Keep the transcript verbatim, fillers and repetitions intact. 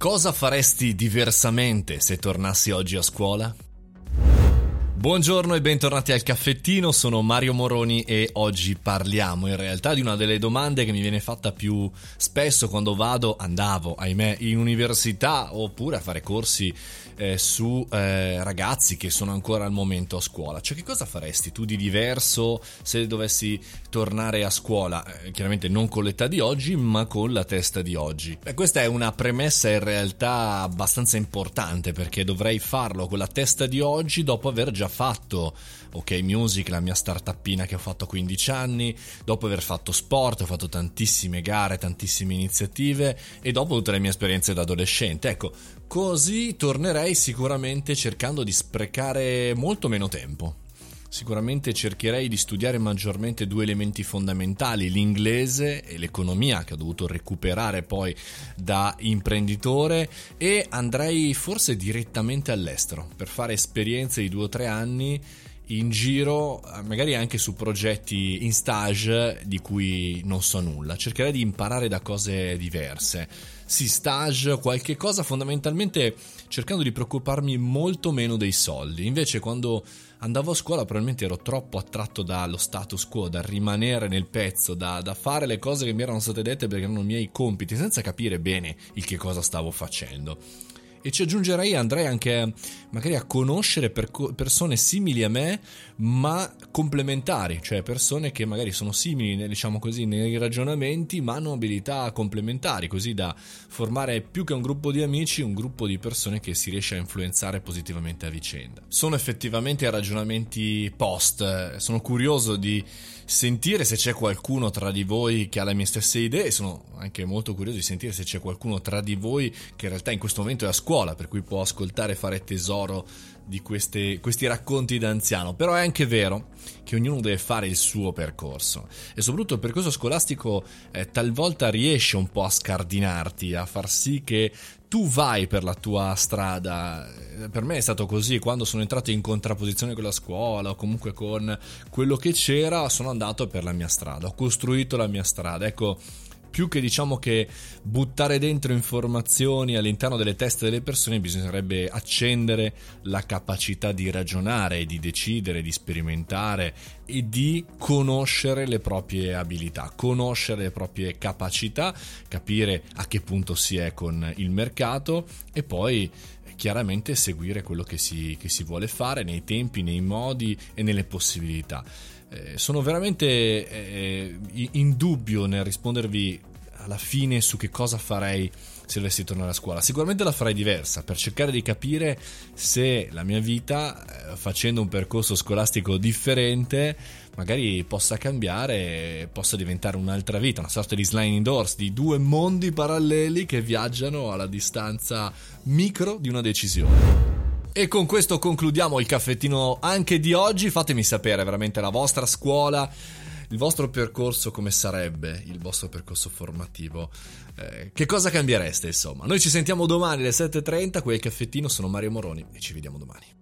Cosa faresti diversamente se tornassi oggi a scuola? Buongiorno e bentornati al caffettino, sono Mario Moroni e oggi parliamo in realtà di una delle domande che mi viene fatta più spesso quando vado, andavo, ahimè, in università oppure a fare corsi eh, su eh, ragazzi che sono ancora al momento a scuola. Cioè, che cosa faresti tu di diverso se dovessi tornare a scuola? Eh, chiaramente non con l'età di oggi, ma con la testa di oggi. E questa è una premessa in realtà abbastanza importante, perché dovrei farlo con la testa di oggi dopo aver già fatto OK Music, la mia startupina che ho fatto a quindici anni, dopo aver fatto sport, ho fatto tantissime gare, tantissime iniziative e dopo tutte le mie esperienze da adolescente. Ecco, così tornerei sicuramente cercando di sprecare molto meno tempo. Sicuramente cercherei di studiare maggiormente due elementi fondamentali, l'inglese e l'economia, che ho dovuto recuperare poi da imprenditore, e andrei forse direttamente all'estero per fare esperienze di due o tre anni in giro, magari anche su progetti in stage di cui non so nulla. Cercherei di imparare da cose diverse. Sì, stage, qualche cosa, fondamentalmente cercando di preoccuparmi molto meno dei soldi. Invece quando andavo a scuola probabilmente ero troppo attratto dallo status quo, da rimanere nel pezzo, da, da fare le cose che mi erano state dette perché erano i miei compiti, senza capire bene il che cosa stavo facendo. E ci aggiungerei, andrei anche magari a conoscere per persone simili a me ma complementari, cioè persone che magari sono simili, diciamo così, nei ragionamenti ma hanno abilità complementari, così da formare più che un gruppo di amici un gruppo di persone che si riesce a influenzare positivamente a vicenda. Sono effettivamente ragionamenti post, sono curioso di sentire se c'è qualcuno tra di voi che ha le mie stesse idee, e sono anche molto curioso di sentire se c'è qualcuno tra di voi che in realtà in questo momento è a scuola, per cui può ascoltare e fare tesoro di queste, questi racconti d'anziano. Però è anche vero che ognuno deve fare il suo percorso, e soprattutto il percorso scolastico eh, talvolta riesce un po' a scardinarti, a far sì che tu vai per la tua strada. Per me è stato così: quando sono entrato in contrapposizione con la scuola o comunque con quello che c'era, sono andato per la mia strada, ho costruito la mia strada. Ecco, più che diciamo che buttare dentro informazioni all'interno delle teste delle persone, bisognerebbe accendere la capacità di ragionare, di decidere, di sperimentare e di conoscere le proprie abilità, conoscere le proprie capacità, capire a che punto si è con il mercato e poi chiaramente seguire quello che si, che si vuole fare nei tempi, nei modi e nelle possibilità. Eh, sono veramente eh, in dubbio nel rispondervi alla fine su che cosa farei se dovessi tornare a scuola. Sicuramente la farei diversa, per cercare di capire se la mia vita, eh, facendo un percorso scolastico differente, magari possa cambiare, possa diventare un'altra vita, una sorta di sliding doors, di due mondi paralleli che viaggiano alla distanza micro di una decisione. E con questo concludiamo il caffettino anche di oggi. Fatemi sapere veramente la vostra scuola, il vostro percorso, come sarebbe il vostro percorso formativo, eh, che cosa cambiereste insomma. Noi ci sentiamo domani alle sette e trenta, qui è il caffettino, sono Mario Moroni e ci vediamo domani.